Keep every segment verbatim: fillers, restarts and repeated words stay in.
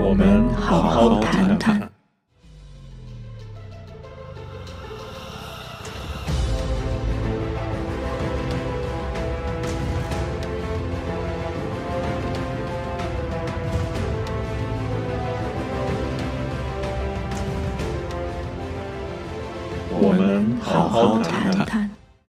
我们好好谈谈。我们好好谈谈。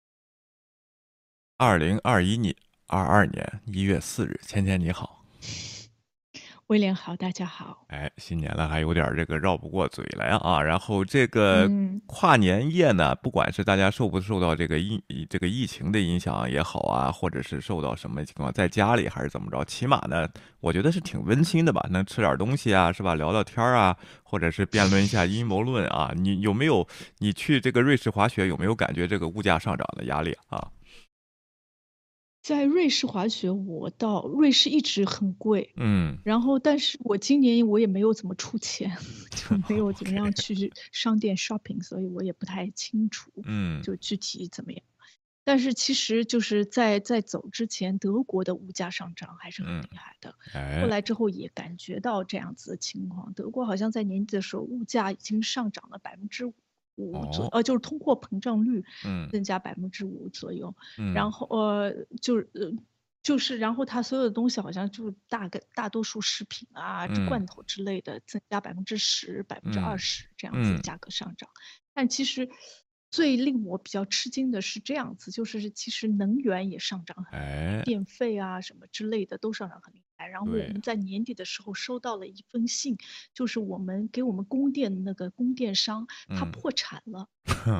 二零二一年二二年一月四日，芊芊你好。 威廉好，大家好。 哎，新年了还有点这个绕不过嘴来啊。然后这个嗯， 跨年夜呢，不管是大家受不受到这个疫这个疫情的影响也好啊，或者是受到什么情况，在家里还是怎么着，起码呢，我觉得是挺温馨的吧，能吃点东西啊，是吧？聊聊天啊，或者是辩论一下阴谋论啊。你有没有你去这个瑞士滑雪，有没有感觉这个物价上涨的压力啊？ 在瑞士滑雪，我到瑞士一直很贵， 嗯然后但是我今年我也没有怎么出钱，就没有怎么样 ，OK， 去商店 shopping，所以我也不太清楚嗯就具体怎么样。但是其实就是在在走之前，德国的物价上涨还是很嗯， 厉害的。后哎， 来之后也感觉到这样子的情况，德国好像在年底的时候，物价已经上涨了百分之五左右， 哦， 呃，就是通货膨胀率嗯增加百分之五左右。然嗯后呃，就是呃，就是然后它所有的东西好像就大概大多数食品啊、这嗯罐头之类的增加百分之十、百分之二嗯十这样子嗯， 价格上涨。但其实最令我比较吃惊的是这样子，就是其实能源也上涨很厉害， 哎， 电费啊什么之类的都上涨很厉害。然后我对， 们在年底的时候收到了一封信，就是我们给我们供电的那个供电商他嗯破产了。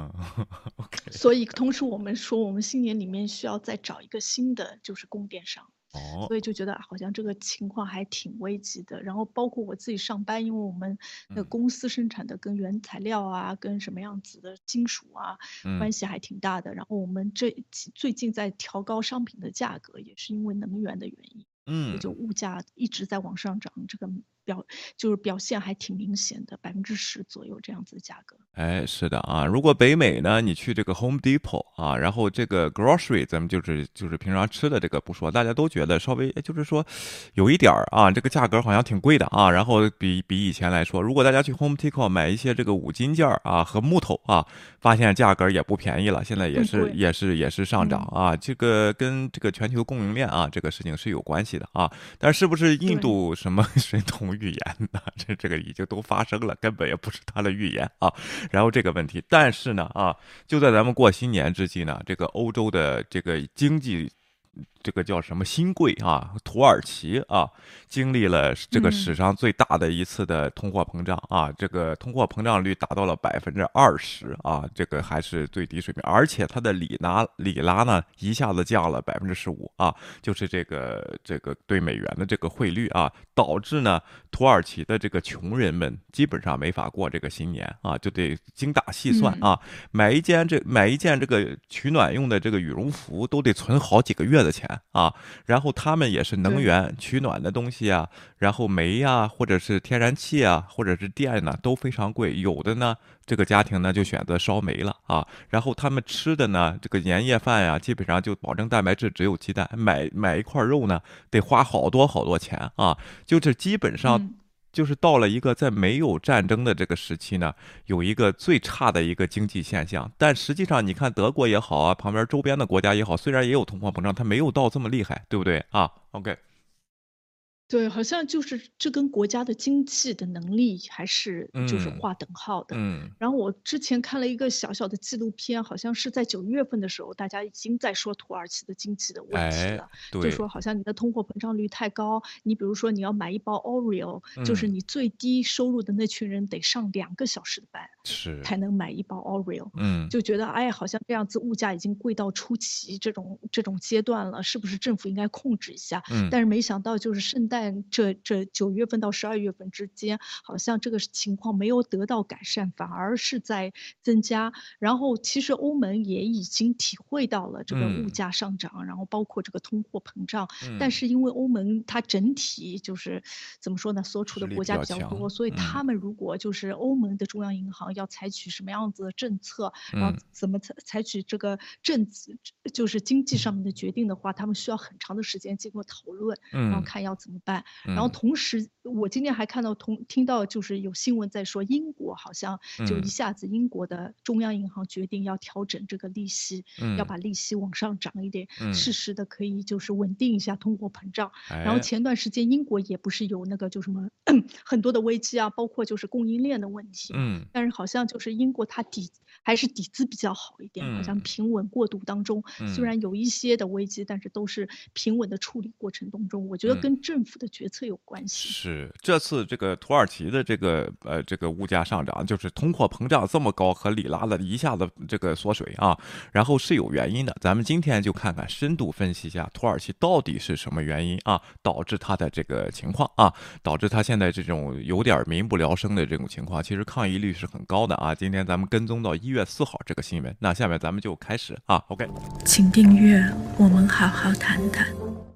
，OK， 所以同时我们说，我们新年里面需要再找一个新的，就是供电商， 哦， 所以就觉得好像这个情况还挺危急的。然后包括我自己上班，因为我们的嗯公司生产的跟原材料啊，跟什么样子的金属啊， 嗯关系还挺大的。然后我们这最近在调高商品的价格，也是因为能源的原因，所以嗯。 就物价一直在往上涨，这个表就是表现还挺明显的，百分之十左右这样子的价格。 哎，是的啊，如果北美呢，你去这个 Home Depot 啊，然后这个 grocery，咱们就是就是平常吃的这个不说，大家都觉得稍微就是说有一点儿啊，这个价格好像挺贵的啊，然后比比以前来说，如果大家去 Home Depot 买一些这个五金件儿啊和木头啊，发现价格也不便宜了，现在也是更贵。 也是也是上涨嗯， 啊，这个跟这个全球供应链啊这个事情是有关系的啊，但是不是印对。 度什么神童预言呢？这这个已经都发生了，根本也不是他的预言啊。然后这个问题，但是呢，啊，就在咱们过新年之际呢，这个欧洲的这个经济，这个叫什么新贵啊，土耳其啊，经历了这个史嗯上最大的一次的通货膨胀啊，这个通货膨胀率达到了百分之二十啊，这个还是最低水平，而且它的里拉里拉呢一下子降了百分之十五啊，就是这个这个对美元的这个汇率啊，导致呢土耳其的这个穷人们基本上没法过这个新年啊，就得精打细算嗯啊，买一件这买一件这个取暖用的这个羽绒服都得存好几个月的钱啊，然后他们也是能对。 源取暖的东西啊，然后煤呀、或者是天然气啊，或者是电呢都非常贵，有的呢这个家庭呢就选择烧煤了啊，然后他们吃的呢这个年夜饭呀、基本上就保证蛋白质只有鸡蛋，买买一块肉呢得花好多好多钱啊，就是基本上。 嗯就是到了一个在没有战争的这个时期呢，有一个最差的一个经济现象。但实际上，你看德国也好啊，旁边周边的国家也好，虽然也有通货膨胀，它没有到这么厉害，对不对啊？OK， 对，好像就是这跟国家的经济的能力还是就是嗯划等号的。 嗯， 然后我之前看了一个小小的纪录片，好像是在九月份的时候，大家已经在说土耳其的经济的问题哎， 了，就对， 说好像你的通货膨胀率太高，你比如说你要买一包 Oreo，就是嗯， 你最低收入的那群人得上两个小时的班是， 才能买一包 Oreo， 嗯就觉得哎，好像这样子物价已经贵到出奇这种这种阶段了，是不是政府应该控制一下？ 嗯但是没想到，就是圣诞这这九月份到十二月份之间，好像这个情况没有得到改善，反而是在增加。然后其实欧盟也已经体会到了这个物嗯价上涨，然后包括这个通货膨胀。但嗯， 是因为欧盟它整体就是怎么说呢，所处实力比的国家较强， 比较多，所以嗯他们如果就是欧盟的中央银行要采取什么样子的政策，然后嗯怎么采采取这个政就是经济上面的决定的话，他们需要很长的时间经过讨论。然后嗯看要怎么办。然后嗯同时， 我今天还看到同听到就是有新闻在说，英国好像就一嗯下子英国的中央银行决定要调整这个利息，要嗯把利息往上涨一点， 嗯， 适时的可以就是稳定一下通货膨胀。然后哎， 前段时间英国也不是有那个就什么很多的危机啊，包括就是供应链的问题嘛。 嗯但是好像就是英国它底还是底子比较好一点，好像嗯平稳过渡当中，虽嗯然有一些的危机，但是都是平稳的处理过程当中。我觉得嗯。 跟政府的决策有关系。 是这次这个土耳其的这个呃这个物价上涨，就是通货膨胀这么高和里拉的一下子这个缩水啊，然后是有原因的。咱们今天就看看深度分析一下土耳其到底是什么原因啊，导致它的这个情况啊，导致它现在这种有点民不聊生的这种情况，其实抗议率是很高的啊。今天咱们跟踪到一月四号这个新闻，那下面咱们就开始啊 ，OK。 请订阅，我们好好谈谈。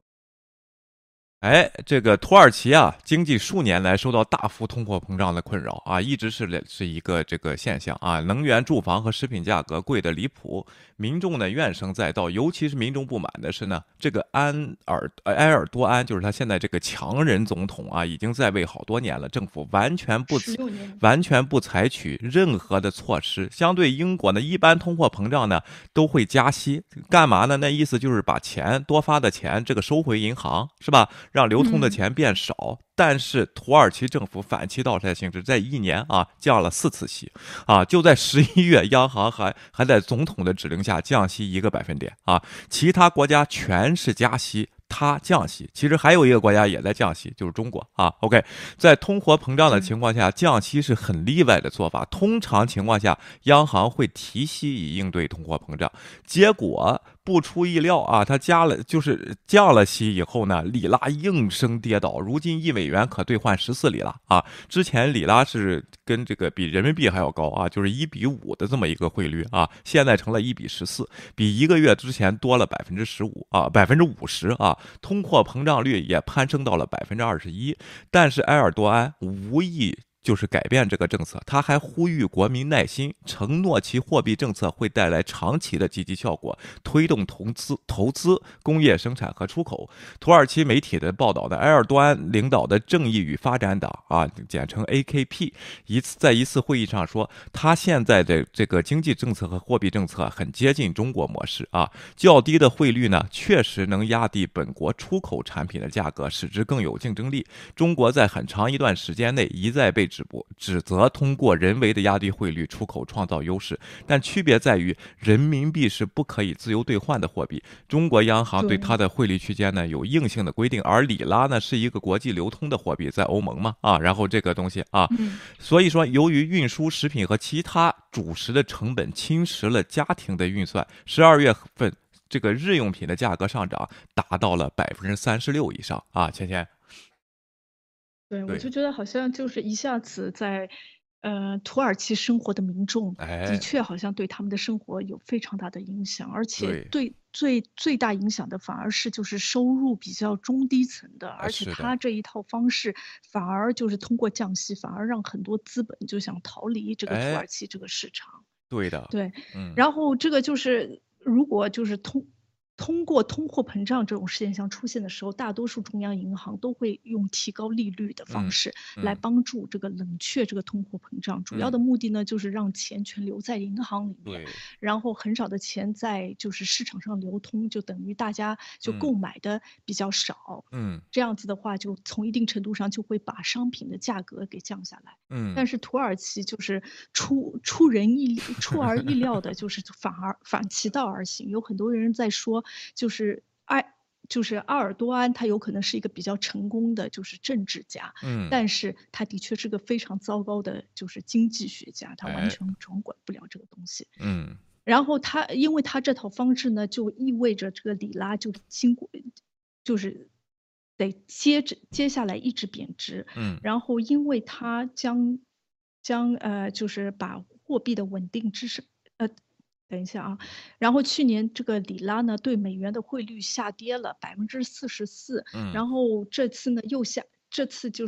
哎，这个土耳其啊，经济数年来受到大幅通货膨胀的困扰啊，一直是是一个这个现象啊。能源、住房和食品价格贵得离谱，民众呢怨声载道。尤其是民众不满的是呢，这个安尔呃埃尔多安，就是他现在这个强人总统啊，已经在位好多年了，政府完全不十六年， 完全不采取任何的措施。相对英国呢，一般通货膨胀呢都会加息，干嘛呢？那意思就是把钱多发的钱这个收回银行，是吧？让流通的钱变少，嗯、但是土耳其政府反其道而行之，在一年啊降了四次息，啊，就在十一月，央行还还在总统的指令下降息一个百分点啊，其他国家全是加息。它降息，其实还有一个国家也在降息，就是中国啊。OK， 在通货膨胀的情况下，降息是很例外的做法。通常情况下，央行会提息以应对通货膨胀。结果不出意料啊，它加了就是降了息以后呢，里拉应声跌倒。如今一美元可兑换十四里拉啊，之前里拉是跟这个比人民币还要高啊，就是一比五的这么一个汇率啊，现在成了一比十四，比一个月之前多了百分之十五啊，百分之五十啊。通货膨胀率也攀升到了百分之二十一，但是埃尔多安无意就是改变这个政策，他还呼吁国民耐心，承诺其货币政策会带来长期的积极效果，推动投资、投资、工业生产和出口。土耳其媒体的报道呢，埃尔多安领导的正义与发展党啊，简称 A K P， 一次在一次会议上说，他现在的这个经济政策和货币政策很接近中国模式啊，较低的汇率呢，确实能压低本国出口产品的价格，使之更有竞争力。中国在很长一段时间内一再被指指责通过人为的压低汇率出口创造优势，但区别在于人民币是不可以自由兑换的货币，中国央行对它的汇率区间呢有硬性的规定，而里拉呢是一个国际流通的货币，在欧盟嘛啊，然后这个东西啊，所以说由于运输食品和其他主食的成本侵蚀了家庭的预算，十二月份这个日用品的价格上涨达到了百分之三十六以上啊，芊芊。 对，我就觉得好像就是一下子在，呃，土耳其生活的民众，的确好像对他们的生活有非常大的影响，而且对最最大影响的反而是就是收入比较中低层的，而且他这一套方式反而就是通过降息，反而让很多资本就想逃离这个土耳其这个市场。 对的， 对， 嗯， 然后这个就是如果就是通。通过通货膨胀这种现象出现的时候，大多数中央银行都会用提高利率的方式来帮助这个冷却这个通货膨胀。主要的目的呢，就是让钱全留在银行里面，然后很少的钱在就是市场上流通，就等于大家就购买的比较少。嗯，这样子的话，就从一定程度上就会把商品的价格给降下来。嗯，但是土耳其就是出出人意出而意料的，就是反而反其道而行。有很多人在说。就是埃，就是阿尔多安，他有可能是一个比较成功的，就是政治家，嗯，但是他的确是个非常糟糕的，就是经济学家，他完全掌管不了这个东西，嗯。然后他，因为他这套方式呢，就意味着这个里拉就经过，就是得接着接下来一直贬值，嗯。然后，因为他将将呃，就是把货币的稳定之上，呃。等一下啊，然后去年这个里拉呢对美元的汇率下跌了百分之四十四，然后这次呢又下，这次就是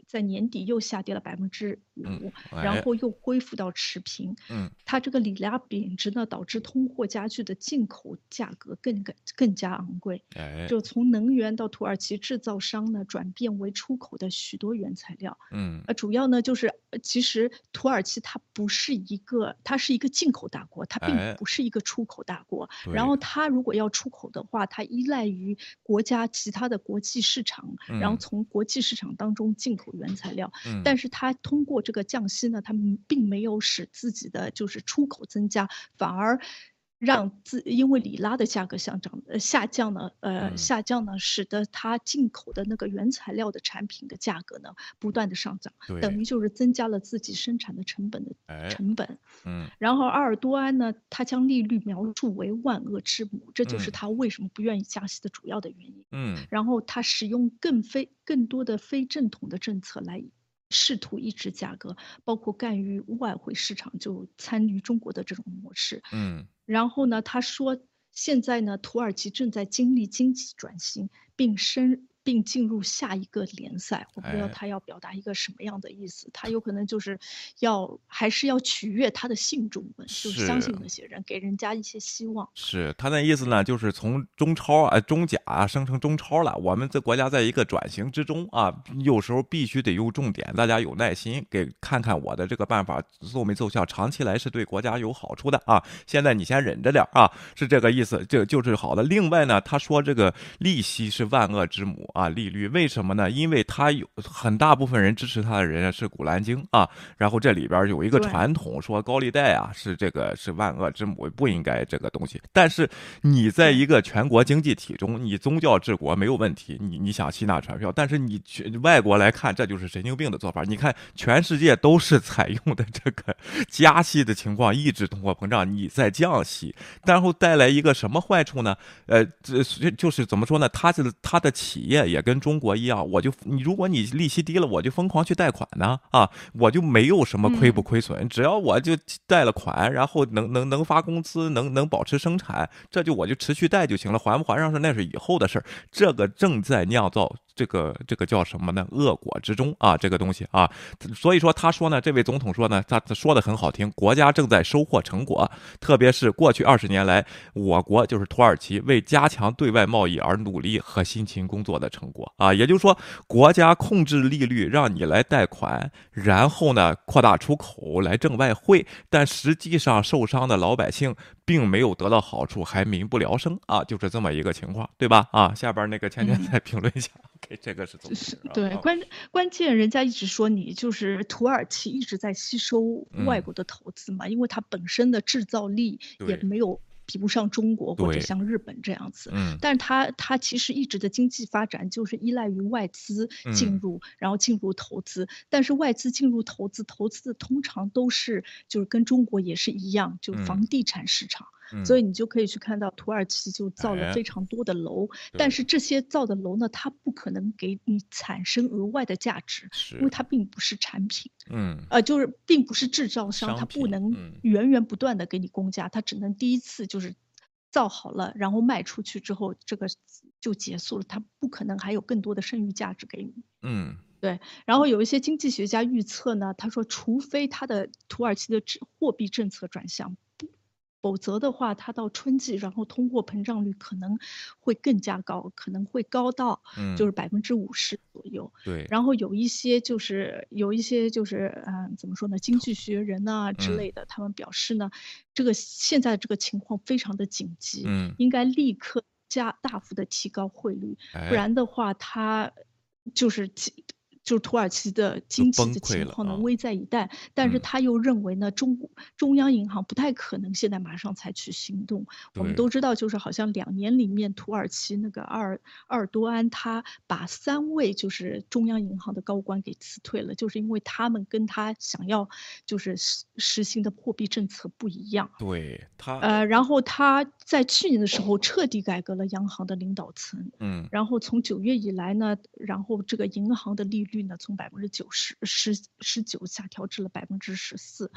在年底又下跌了百分之嗯， 五， 哎， 然后又恢复到持平。 嗯， 它这个里拉贬值呢，导致通货加剧的进口价格更更更加昂贵。 哎， 就从能源到土耳其制造商呢转变为出口的许多原材料。 嗯， 呃，主要呢就是呃其实土耳其它不是一个，它是一个进口大国，它并哎， 不是一个出口大国。然对， 后它如果要出口的话，它依赖于国家其他的国际市场，然后嗯， 从国际市场当中进口原材料。 嗯， 但是它通过这个降息呢，它们并没有使自己的就是出口增加，反而让自因为里拉的价格上涨呃下降呢，呃嗯， 下降呢，使得它进口的那个原材料的产品的价格呢不断的上涨，等对， 于就是增加了自己生产的成本的哎， 成本。 嗯， 然后阿尔多安呢，他将利率描述为万恶之母，这就是嗯， 他为什么不愿意加息的主要的原因。 嗯， 然后他使用更非更多的非正统的政策来试图抑制价格，包括干预外汇市场，就参与中国的这种模式。 嗯， 然后呢，他说现在呢，土耳其正在经历经济转型，并深并进入下一个联赛。我不知道哎。 他要表达一个什么样的意思，他有可能就是要还是要取悦他的信众们，就是相是信那些人，给人家一些希望。 是，他那意思呢，就是从中超啊、中甲啊升成中超了。我们这国家在一个转型之中啊，有时候必须得用重点，大家有耐心，给看看我的这个办法奏没奏效，长期来是对国家有好处的啊。现在你先忍着点啊，是这个意思，这就是好的。另外呢，他说这个利息是万恶之母啊，利率为什么呢？因为他有很大部分人支持他的人是古兰经啊，然后这里边有一个对传统说高利贷啊是这个是万恶之母，不应该这个东西。但是你在一个全国经济体中，你宗教治国没有问题，你你想吸纳传票，但是你去外国来看，这就是神经病的做法。你看全世界都是采用的这个加息的情况抑制通货膨胀，你在降息，然后带来一个什么坏处呢？呃，这就是怎么说呢？他的他的企业也跟中国一样，我就你如果你利息低了，我就疯狂去贷款呢啊，我就没有什么亏不亏损，只要我就贷了款，然后能能能发工资，能能保持生产，这就我就持续贷就行了，还不还上是那是以后的事儿。这个正在酿造这个这个叫什么呢？恶果之中啊，这个东西啊，所以说他说呢，这位总统说呢，他他说的很好听，国家正在收获成果，特别是过去二十年来，我国就是土耳其为加强对外贸易而努力和辛勤工作的成果啊，也就是说，国家控制利率让你来贷款，然后呢扩大出口来挣外汇，但实际上受伤的老百姓并没有得到好处，还民不聊生啊，就是这么一个情况，对吧？啊，下边那个芊芊再评论一下。OK，这个是怎么回是事啊？ 对， 啊关关键人家一直说你就是土耳其一直在吸收外嗯， 国的投资嘛，因为它本身的制造力也对没有比不上中国或者对， 像日本这样子。 嗯但是它它其实一直的经济发展就是依赖于外资进嗯， 入，然后进入投资。但是外资进入投资，投资的通常都是就是跟中国也是一样，就是嗯房地产市场。所嗯， 以你就可以去看到土耳其就造了哎， 非常多的楼，但对， 是这些造的楼呢，它不可能给你产生额外的价值，因是， 为它并不是产品， 嗯， 呃，就是并不是制造商，它不商品， 能嗯源源不断的给你供价，它只能第一次就是造好了，然后卖出去之后，这个就结束了，它不可能还有更多的剩余价值给你。 嗯对，然后有一些经济学家预测呢，他说，除非他的土耳其的纸货币政策转向，不，否则的话，它到春季，然后通货膨胀率可能会更加高，可能会高到就嗯， 是百分之五十左右。 对， 然后有一些就是有一些就是嗯、呃怎么说呢，经济学人呐、之嗯类的，他们表示呢，这个现在这个情况非常的紧急， 嗯， 应该立刻加大幅的提高汇率，不哎， 然的话，它就是其就是土耳其的就经济的崩溃了啊， 情况呢危在一旦，但是嗯， 他又认为呢，中中央银行不太可能现在马上采取行动。我们对， 都知道，就是好像两年里面，土耳其那个阿尔阿尔多安他把三位就是中央银行的高官给辞退了，就是因为他们跟他想要就是实实行的货币政策不一样。 对他， 呃，然后他在去年的时候彻底改革了央行的领导层， 嗯然后从九月以来呢，然后这个银行的利率呢从百分之九十十十九下调至了百分之十四，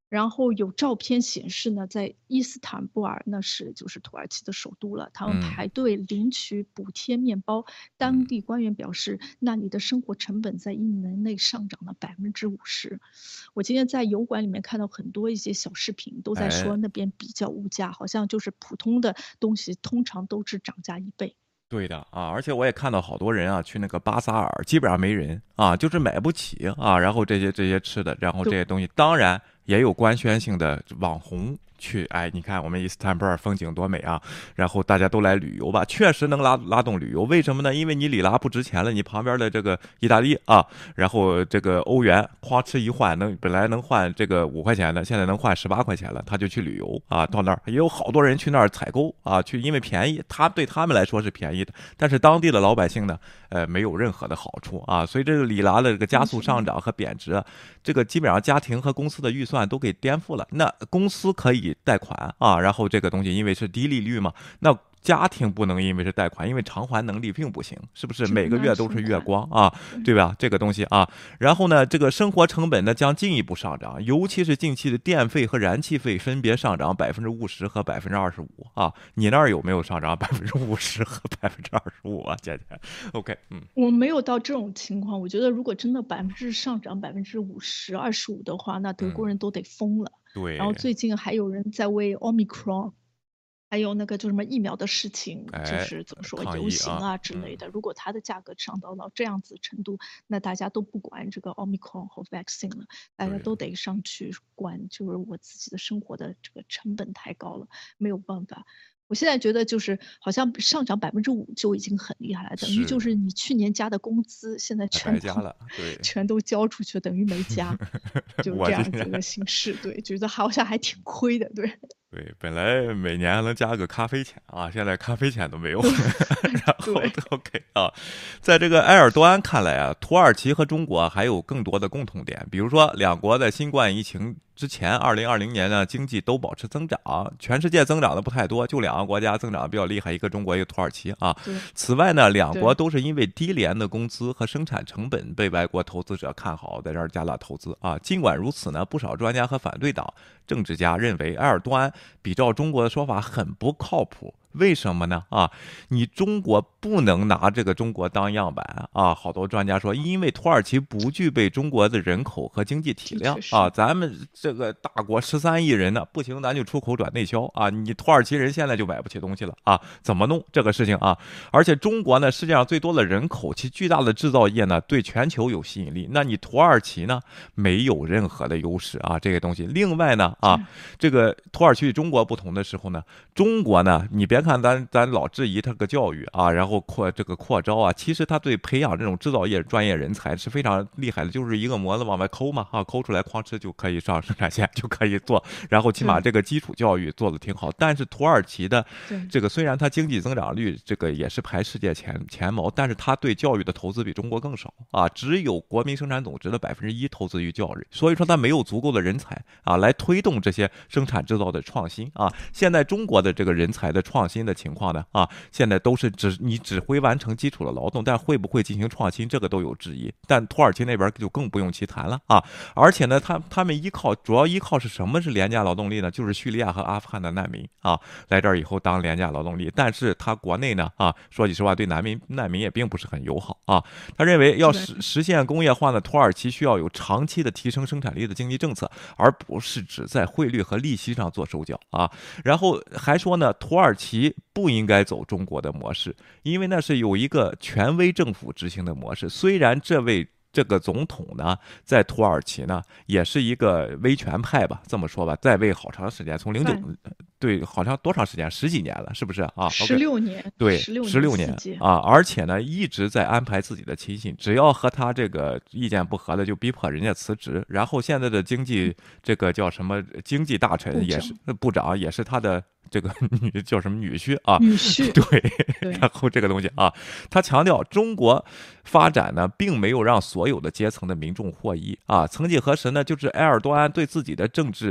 然后有照片显示呢，在伊斯坦布尔那是就是土耳其的首都了，他们嗯排队领取补贴面包。当嗯， 地官员表示，那里的生活成本在一年内上涨了百分之五十。我今天在油管里面看到很多一些小视频，都在哎。 说那边比较物价，好像就是普通的东西通常都是涨价一倍。 对的啊，而且我也看到好多人啊，去那个巴萨尔，基本上没人啊，就是买不起啊。然后这些这些吃的，然后这对， 些东西，当然也有官宣性的网红去，哎，你看我们伊斯坦布尔风景多美啊，然后大家都来旅游吧，确实能拉拉动旅游。为什么呢？因为你里拉不值钱了，你旁边的这个意大利啊，然后这个欧元哐吃一换，能本来能换这个五块钱的，现在能换十八块钱了，他就去旅游啊，到那儿也有好多人去那儿采购啊，去因为便宜，他对他们来说是便宜的，但是当地的老百姓呢，呃，没有任何的好处啊，所以这个里拉的这个加完全没有。 速上涨和贬值啊，这个基本上家庭和公司的预算都给颠覆了。那公司可以贷款啊，然后这个东西因为是低利率嘛，那家庭不能因为是贷款，因为偿还能力并不行，是不是？每个只能月都是月存款。 光啊， 对， 对吧？这个东西啊，然后呢，这个生活成本呢将进一步上涨，尤其是近期的电费和燃气费分别上涨百分之五十和百分之二十五啊。你那儿有没有上涨百分之五十和百分之二十五啊，姐姐？OK，嗯， 我没有到这种情况，我觉得如果真的百分之上涨百分之五十、二十五的话，那德国嗯， 人都得疯了。然后对， 最近还有人在为 Omicron 还有那个就什么疫苗的事情，就哎， 是怎么说抗游行议啊， 啊之类嗯， 的。如果它的价格上到到这样子程度，那大家都不管这个 Omicron 和 vaccine 了，大家对。 都得上去管，就是我自己的生活的这个成本太高了，没有办法。我现在觉得就是好像上涨百分之五就已经很厉害了，等于就是， 是你去年加的工资现在哎， 全都白加了，对， 全都交出去，等于没加，就是我今年这样子的形式。对，觉得好像还挺亏的。对， 对，本来每年还能加个咖啡钱啊，现在咖啡钱都没有了。 对， 然后对， OK 啊，在这个埃尔多安看来啊，土耳其和中国还有更多的共同点，比如说两国在新冠疫情之前，二零二零年呢经济都保持增长，全世界增长的不太多，就两个国家增长的比较厉害，一个中国，一个土耳其啊。 对， 此外呢，两国对， 都是因为低廉的工资和生产成本被外国投资者看好，在这儿加大投资啊。尽管如此呢，不少专家和反对党政治家认为埃尔多安比照中国的说法很不靠谱。为什么呢？啊，你中国不能拿这个中国当样板啊！好多专家说，因为土耳其不具备中国的人口和经济体量啊， 的确是。 咱们这个大国十三亿人呢，不行，咱就出口转内销啊！你土耳其人现在就买不起东西了啊，怎么弄这个事情啊？而且中国呢，世界上最多的人口，其巨大的制造业呢，对全球有吸引力。那你土耳其呢，没有任何的优势啊，这个东西。另外呢，啊，这个土耳其与中国不同的时候呢，中国呢，你别看咱咱老质疑它个教育啊，然后扩这个扩招啊，其实它对培养这种制造业专业人才是非常厉害的，就是一个模子往外抠嘛，啊，抠出来哐哧就可以上生产线，就可以做，然后起码这个基础教育做的挺好。但是土耳其的这个虽然它经济增长率这个也是排世界前前茅，但是它对教育的投资比中国更少啊，只有国民生产总值的百分之一投资于教育，所以说它没有足够的人才啊来推动这些生产制造的创新啊。现在中国的这个人才的创新的情况呢啊，现在都是只你只会完成基础的劳动，但会不会进行创新，这个都有质疑。但土耳其那边就更不用其谈了啊！而且呢，他他们依靠主要依靠是什么是廉价劳动力呢？就是叙利亚和阿富汗的难民啊，来这儿以后当廉价劳动力。但是他国内呢啊，说句实话，对难民难民也并不是很友好啊。他认为要实实现工业化呢，土耳其需要有长期的提升生产力的经济政策，而不是只在汇率和利息上做手脚啊。然后还说呢，土耳其不应该走中国的模式，因为那是有一个权威政府执行的模式。虽然这位这个总统呢，在土耳其呢也是一个威权派吧，这么说吧，在位好长时间，从零九对，好像多长时间，十几年了，是不是啊十六年， 对， 十六十六年啊，而且呢，一直在安排自己的亲信，只要和他这个意见不合的，就逼迫人家辞职。然后现在的经济这个叫什么经济大臣也是部长，也是他的这个女叫什么女婿啊？ 女婿对，然后这个东西啊，他强调中国发展呢，并没有让所有的阶层的民众获益啊。曾几何时呢，就是埃尔多安对自己的政治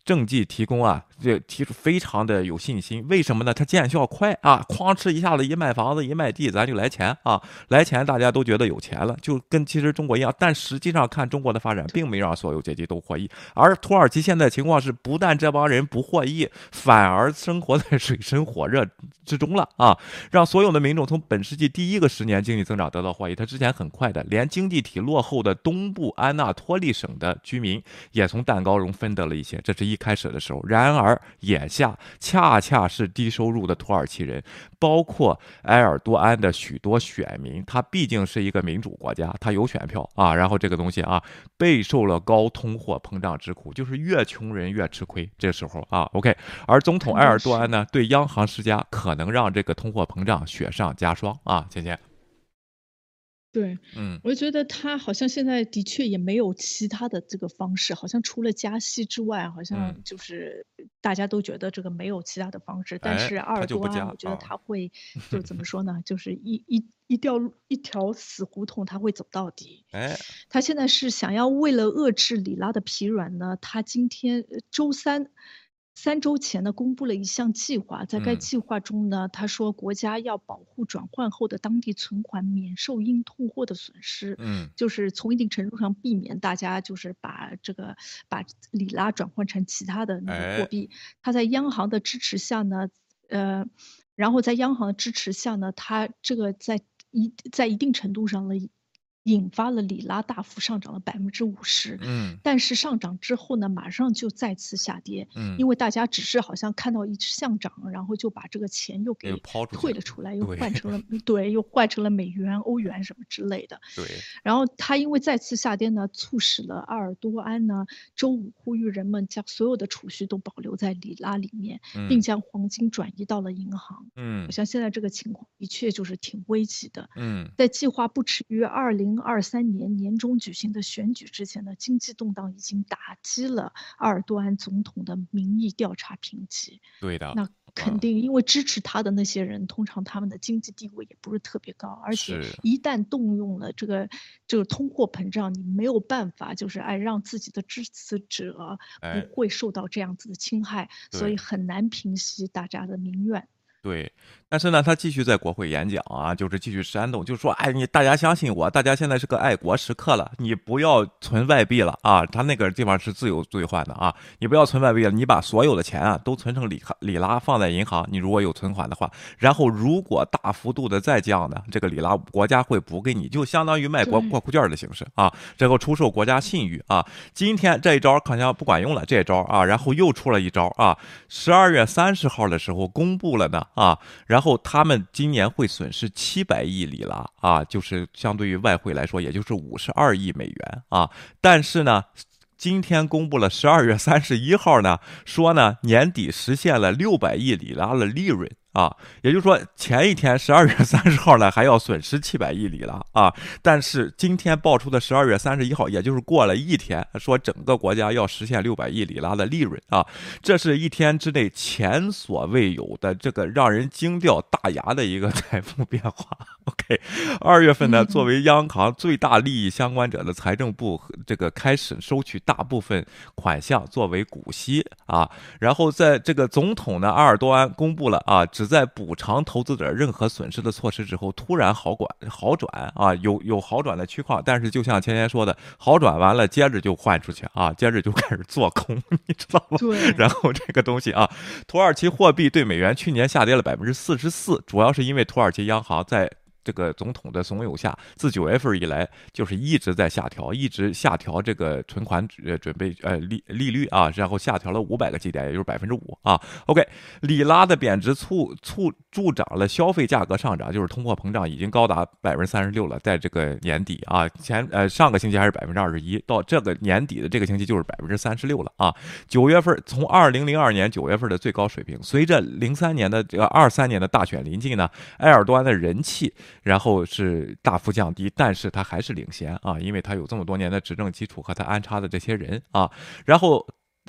政绩提供啊，这提出非常的有信心。为什么呢？他见效快啊，哐哧一下子一卖房子一卖地，咱就来钱啊，来钱大家都觉得有钱了，就跟其实中国一样。但实际上看中国的发展，并没让所有阶级都获益。而土耳其现在情况是，不但这帮人不获益，反而生活在水深火热之中了啊，让所有的民众从本世纪第一个十年经济增长得到获益。他之前很快的，连经济体落后的东部安纳托利省的居民也从蛋糕中分得了一些，这是一开始的时候。然而眼下恰恰是低收入的土耳其人，包括埃尔多安的许多选民，他毕竟是一个民主国家，他有选票啊，然后这个东西啊，备受了高通货膨胀之苦，就是越穷人越吃亏。这时候啊 ，OK， 而总统埃尔多安呢，对央行施加，可能让这个通货膨胀雪上加霜啊，芊芊。 对， 嗯， 我觉得他好像现在的确也没有其他的这个方式，好像除了加息之外，好像嗯， 就是大家都觉得这个没有其他的方式。但哎， 是阿他尔多安， 就不加我觉得啊， 他会，就怎么说呢，就是一一一条路一条死胡同，他会走到底。 哎， 他现在是想要为了遏制里拉的疲软呢，他今天呃周三。三周前呢，公布了一项计划，在该嗯计划中呢，他说国家要保护转换后的当地存款免受因通货的损失， 嗯， 就是从一定程度上避免大家就是把这个把里拉转换成其他的那个货哎， 币。他在央行的支持下呢，呃，然后在央行的支持下呢，他这个在一在一定程度上呢，引发了里拉大幅上涨了百分之五十， 嗯但是上涨之后呢，马上就再次下跌， 嗯， 因为大家只是好像看到一直上涨，然后就把这个钱又又给抛出去了， 退了出来，又对换成了对，又换成了美元、欧元什么之类的。 对， 然后它因为再次下跌呢，促使了阿尔多安呢周五呼吁人们将所有的储蓄都保留在里拉里面，并嗯将黄金转移到了银行。好嗯像现在这个情况的确就是挺危急的。 嗯， 在计划不迟于二零二三年年中举行的选举之前呢，经济动荡已经打击了阿尔多安总统的民意调查评级。 对的， 那肯嗯， 定，因为支持他的那些人，通常他们的经济地位也不是特别高，而且是， 一旦动用了这个这个通货膨胀，你没有办法就是哎让自己的支持者不哎， 会受到这样子的侵害，所以对。 很难平息大家的民怨。 对，但是呢，他继续在国会演讲啊，就是继续煽动，就说，哎，你大家相信我，大家现在是个爱国时刻了，你不要存外币了啊，他那个地方是自由兑换的啊，你不要存外币了，你把所有的钱啊都存成里里拉放在银行，你如果有存款的话，然后如果大幅度的再降呢，这个里拉国家会补给你，就相当于卖国对国库券的形式啊，这个出售国家信誉啊。今天这一招好像不管用了，这一招啊，然后又出了一招啊，十二月三十号的时候公布了呢。啊，然后他们今年会损失七百亿里拉啊，就是相对于外汇来说，也就是五十二亿美元啊。但是呢，今天公布了十二月三十一号呢，说呢年底实现了六百亿里拉的利润。啊，也就是说，前一天十二月三十号呢还要损失七百亿里拉啊，但是今天爆出的十二月三十一号，也就是过了一天，说整个国家要实现六百亿里拉的利润啊，这是一天之内前所未有的这个让人惊掉大牙的一个财富变化。OK， 二月份呢，作为央行最大利益相关者的财政部这个开始收取大部分款项作为股息啊，然后在这个总统呢阿尔多安公布了啊。只在补偿投资者任何损失的措施之后，突然好转好转啊，有有好转的趋况，但是就像前前说的，好转完了，接着就换出去啊，接着就开始做空，你知道吗？ 对。 然后这个东西啊，土耳其货币对美元去年下跌了百分之四十四，主要是因为土耳其央行在这个总统的怂恿下，自九月份以来就是一直在下调，一直下调这个存款呃准备呃利利率啊，然后下调了五百个基点，也就是百分之五啊。OK， 里拉的贬值促促助长了消费价格上涨，就是通货膨胀已经高达百分之三十六了，在这个年底啊，前呃上个星期还是百分之二十一，到这个年底的这个星期就是百分之三十六了啊。九月份从二零零二年九月份的最高水平，随着零三年的这个二三年的大选临近呢，埃尔多安的人气。然后是大幅降低，但是他还是领先啊，因为他有这么多年的执政基础和他安插的这些人啊，然后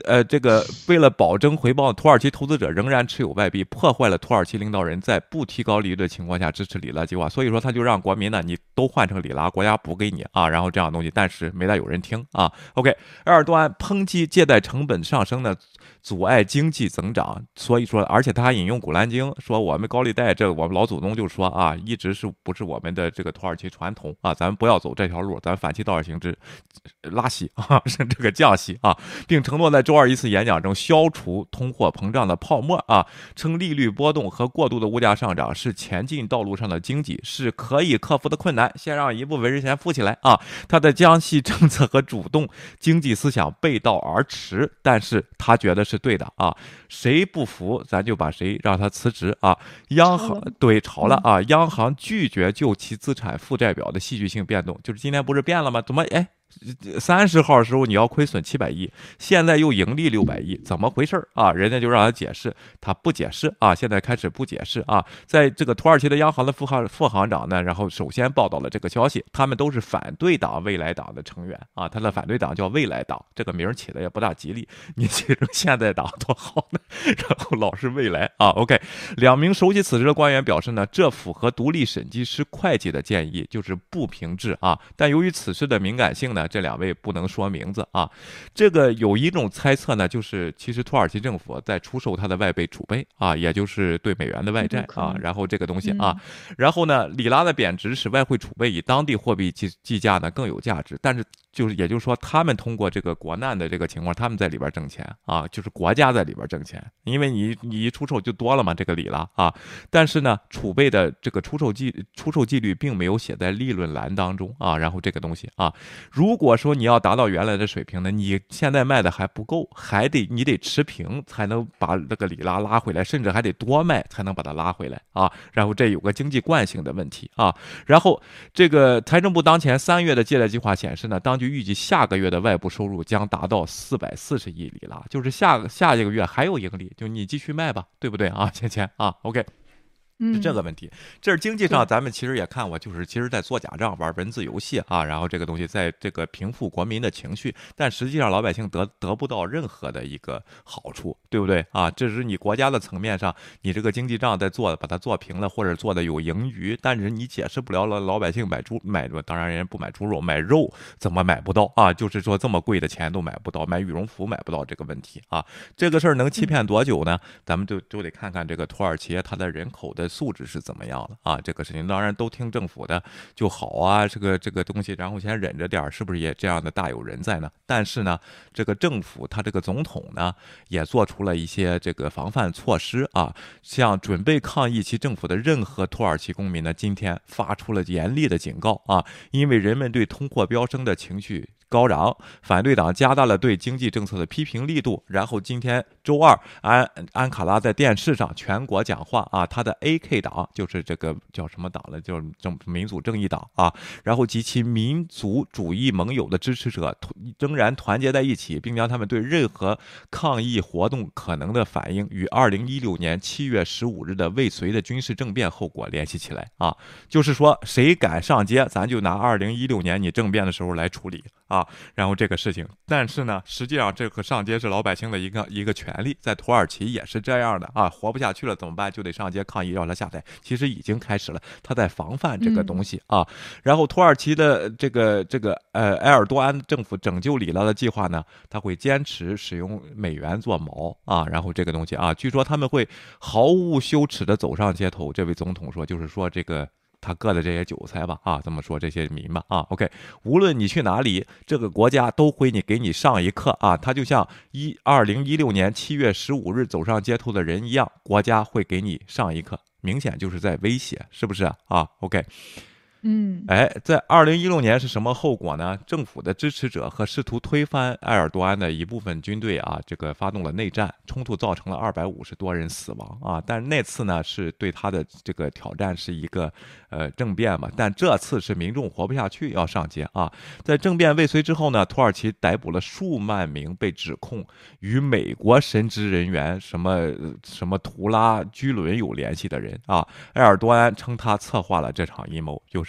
呃，这个为了保证回报，土耳其投资者仍然持有外币，破坏了土耳其领导人在不提高利率的情况下支持里拉计划。所以说，他就让国民呢，你都换成里拉，国家补给你啊，然后这样东西，但是没大有人听啊。OK， 埃尔多安抨击借贷成本上升呢，阻碍经济增长。所以说，而且他还引用古兰经说，我们高利贷，这我们老祖宗就说啊，一直是不是我们的这个土耳其传统啊，咱们不要走这条路，咱反其道而行之，拉稀啊，是这个降息啊，并承诺在周二一次演讲中消除通货膨胀的泡沫啊，称利率波动和过度的物价上涨是前进道路上的经济，是可以克服的困难。先让一部分人先富起来啊！他的降息政策和主动经济思想背道而驰，但是他觉得是对的啊！谁不服，咱就把谁让他辞职啊！央行对吵了啊！央行拒绝就其资产负债表的戏剧性变动，就是今天不是变了吗？怎么哎？三十号的时候你要亏损七百亿，现在又盈利六百亿，怎么回事啊？人家就让他解释，他不解释啊，现在开始不解释啊。在这个土耳其的央行的副行副行长呢，然后首先报道了这个消息，他们都是反对党未来党的成员啊，他的反对党叫未来党，这个名起的也不大吉利，你起成现代党多好呢，然后老是未来啊。OK， 两名首席辞职的官员表示呢，这符合独立审计师会计的建议，就是不评质啊，但由于此事的敏感性呢，这两位不能说名字啊。这个有一种猜测呢，就是其实土耳其政府在出售它的外币储备啊，也就是对美元的外债啊，然后这个东西啊，然后呢，里拉的贬值使外汇储备以当地货币计计价呢更有价值，但是就是也就是说，他们通过这个国难的这个情况，他们在里边挣钱啊，就是国家在里边挣钱，因为你你一出售就多了嘛，这个里拉啊，但是呢，储备的这个出售纪出售纪律并没有写在利润栏当中啊，然后这个东西啊，如果说你要达到原来的水平呢，你现在卖的还不够，还得你得持平才能把这个里拉拉回来，甚至还得多卖才能把它拉回来啊，然后这有个经济惯性的问题啊，然后这个财政部当前三月的借贷计划显示呢，当就预计下个月的外部收入将达到四百四十亿里拉，就是下下一个月还有盈利，就你继续卖吧，对不对啊，钱钱啊 ，OK。是这个问题，这是经济上，咱们其实也看过，就是其实在做假账、玩文字游戏啊，然后这个东西在这个平复国民的情绪，但实际上老百姓得得不到任何的一个好处，对不对啊？这是你国家的层面上，你这个经济账在做，把它做平了，或者做的有盈余，但是你解释不了了，老百姓买猪买，当然人家不买猪肉，买肉怎么买不到啊？就是说这么贵的钱都买不到，买羽绒服买不到这个问题啊，这个事儿能欺骗多久呢？咱们就就得看看这个土耳其它的人口的素质是怎么样的啊？这个事情当然都听政府的就好啊，这个这个东西，然后先忍着点，是不是也这样的大有人在呢？但是呢，这个政府他这个总统呢，也做出了一些这个防范措施啊，像准备抗议其政府的任何土耳其公民呢，今天发出了严厉的警告啊，因为人们对通货飙升的情绪高涨，反对党加大了对经济政策的批评力度。然后今天周二，安安卡拉在电视上全国讲话啊，他的 A K 党就是这个叫什么党了，就是正民主正义党啊，然后及其民族主义盟友的支持者仍然团结在一起，并将他们对任何抗议活动可能的反应与二零一六年七月十五日的未遂的军事政变后果联系起来啊，就是说谁敢上街，咱就拿二零一六年你政变的时候来处理啊。然后这个事情，但是呢，实际上这个上街是老百姓的一个一个权利，在土耳其也是这样的啊，活不下去了怎么办？就得上街抗议，让他下台。其实已经开始了，他在防范这个东西啊。然后土耳其的这个这个呃埃尔多安政府拯救里拉的计划呢，他会坚持使用美元做锚啊。然后这个东西啊，据说他们会毫无羞耻的走上街头。这位总统说，就是说这个。他割的这些韭菜吧，啊，这么说这些民吧，啊 ，OK， 无论你去哪里，这个国家都会你给你上一课啊，他就像一二零一六年七月十五日走上街头的人一样，国家会给你上一课，明显就是在威胁，是不是啊？啊 ，OK。 嗯， 哎，在二零一六年是什么后果呢？政府的支持者和试图推翻埃尔多安的一部分军队啊，这个发动了内战，冲突造成了二百五十多人死亡啊。但是那次呢，是对他的这个挑战是一个呃政变嘛，但这次是民众活不下去要上街啊。在政变未遂之后呢，土耳其逮捕了数万名被指控与美国神职人员什么什么图拉居伦有联系的人啊。埃尔多安称他策划了这场阴谋，就是。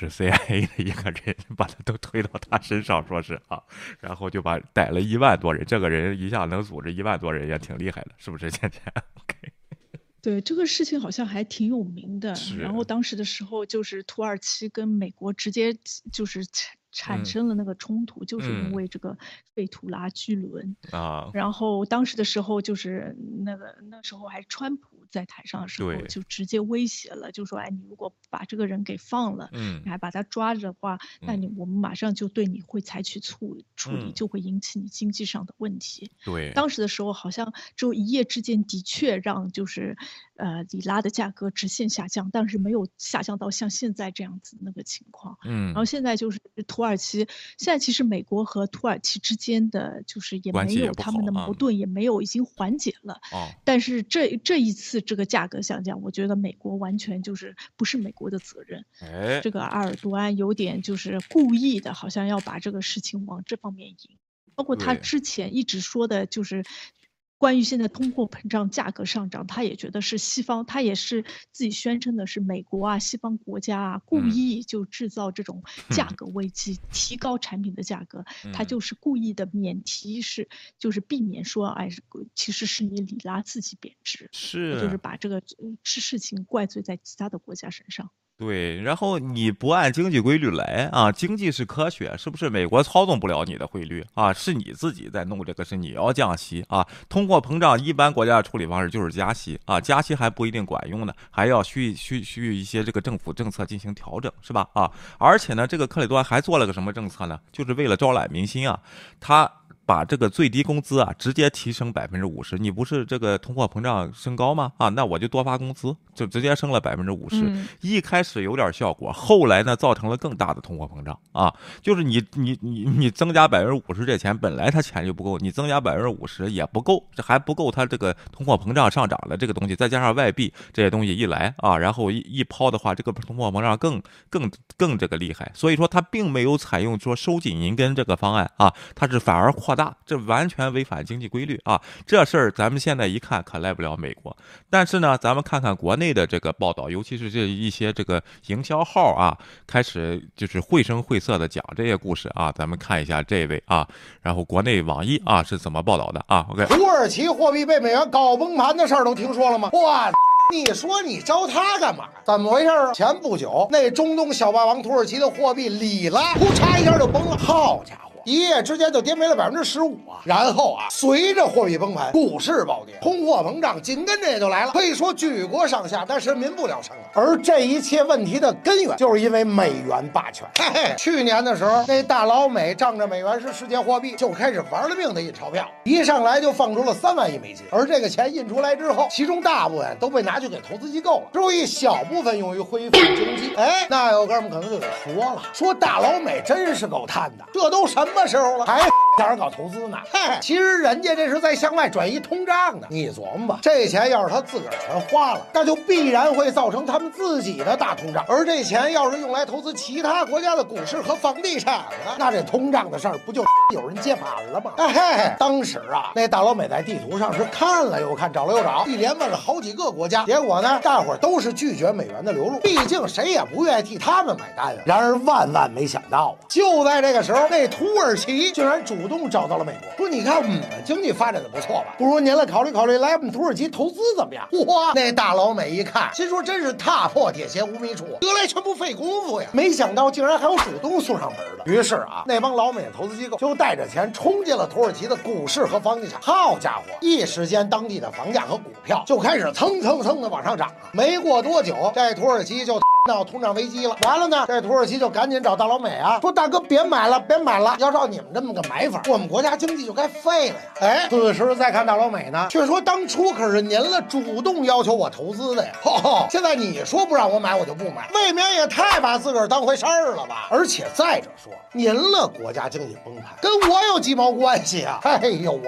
是 C I A 的一个人，把他都推到他身上，说是啊，然后就把逮了一万多人，这个人一下能组织一万多人也挺厉害的，是不是？倩倩 ？OK。 对，这个事情好像还挺有名的。然后当时的时候，就是土耳其跟美国直接就是产产生了那个冲突，嗯、就是因为这个费图拉巨轮啊。然后当时的时候，就是那个那时候还川普在台上的时候，就直接威胁了，就说：“哎，你如果把这个人给放了，嗯，你还把他抓着的话，嗯、那你我们马上就对你会采取处处理，嗯、就会引起你经济上的问题。” 对， 当时的时候好像就一夜之间的确让就是。呃，里拉的价格直线下降，但是没有下降到像现在这样子那个情况。嗯，然后现在就是土耳其，现在其实美国和土耳其之间的就是也没有他们的矛盾，也没有已经缓解了。哦，但是这这一次这个价格下降，我觉得美国完全就是不是美国的责任。哎，这个埃尔多安有点就是故意的，好像要把这个事情往这方面引，包括他之前一直说的就是。关于现在通货膨胀、价格上涨，他也觉得是西方，他也是自己宣称的是美国啊、西方国家啊故意就制造这种价格危机，嗯、提高产品的价格，嗯、他就是故意的免提是，就是避免说，哎，其实是你里拉自己贬值， 是， 就是把这个事情怪罪在其他的国家身上。 对，然后你不按经济规律来啊，经济是科学，是不是？美国操纵不了你的汇率啊，是你自己在弄这个，是你要降息啊。通货膨胀一般国家的处理方式就是加息啊，加息还不一定管用呢，还要需需需一些这个政府政策进行调整，是吧？啊，而且呢，这个克里多安还做了个什么政策呢？就是为了招揽民心啊，他。把这个最低工资啊直接提升百分之五十，你不是这个通货膨胀升高吗？啊，那我就多发工资，就直接升了百分之五十。一开始有点效果，后来呢造成了更大的通货膨胀啊！就是你你你你增加百分之五十这钱，本来他钱就不够，你增加百分之五十也不够，这还不够他这个通货膨胀上涨的这个东西，再加上外币这些东西一来啊，然后一一抛的话，这个通货膨胀更更更这个厉害。所以说他并没有采用说收紧银根这个方案啊，他是反而扩大。这完全违反经济规律啊！这事儿咱们现在一看可赖不了美国，但是呢，咱们看看国内的这个报道，尤其是这一些这个营销号啊，开始就是绘声绘色的讲这些故事啊。咱们看一下这位啊，然后国内网易啊是怎么报道的啊 ？OK， 土耳其货币被美元搞崩盘的事儿都听说了吗？哇！你说你招他干嘛？怎么回事啊？前不久，那中东小霸王土耳其的货币里拉，呼嚓一下就崩了，好家伙！一夜之间就跌没了百分之十五啊！然后啊，随着货币崩盘，股市暴跌，通货膨胀紧跟着也就来了，可以说举国上下，但是民不聊生了。而这一切问题的根源，就是因为美元霸权。嘿嘿，去年的时候，那大老美仗着美元是世界货币，就开始玩了命的印钞票，一上来就放出了三万亿美金。而这个钱印出来之后，其中大部分都被拿去给投资机构了，只有一小部分用于恢复经济。哎，那有哥们可能就得说了，说大老美真是够贪的，这都什么？什么时候了，还想着搞投资呢？嘿，其实人家这是在向外转移通胀呢。你琢磨吧，这钱要是他自个儿全花了，那就必然会造成他们自己的大通胀。而这钱要是用来投资其他国家的股市和房地产了，那这通胀的事儿不就有人接盘了吗？哎嘿，当时啊，那大老美在地图上是看了又看，找了又找，一连问了好几个国家，结果呢，大伙儿都是拒绝美元的流入，毕竟谁也不愿意替他们买单啊。然而万万没想到啊，就在这个时候，那土耳其土耳其居然主动找到了美国，说：“你看我们经济发展的不错吧？不如您来考虑考虑，来我们土耳其投资怎么样？”哇！那大老美一看，心说：“真是踏破铁鞋无觅处，得来全不费功夫呀！”没想到竟然还有主动送上门的。于是啊，那帮老美投资机构就带着钱冲进了土耳其的股市和房地产。好家伙，一时间当地的房价和股票就开始蹭蹭蹭的往上涨啊！没过多久，这土耳其就闹通胀危机了。完了呢，这土耳其就赶紧找大老美啊，说：“大哥别买了，别买了，要照你们这么个买法，我们国家经济就该废了呀！”哎，此时再看大老美呢，却说当初可是您了主动要求我投资的呀，吼吼，现在你说不让我买我就不买，未免也太把自个儿当回事儿了吧？而且再者说，您了国家经济崩盘跟我有鸡毛关系啊？哎呦我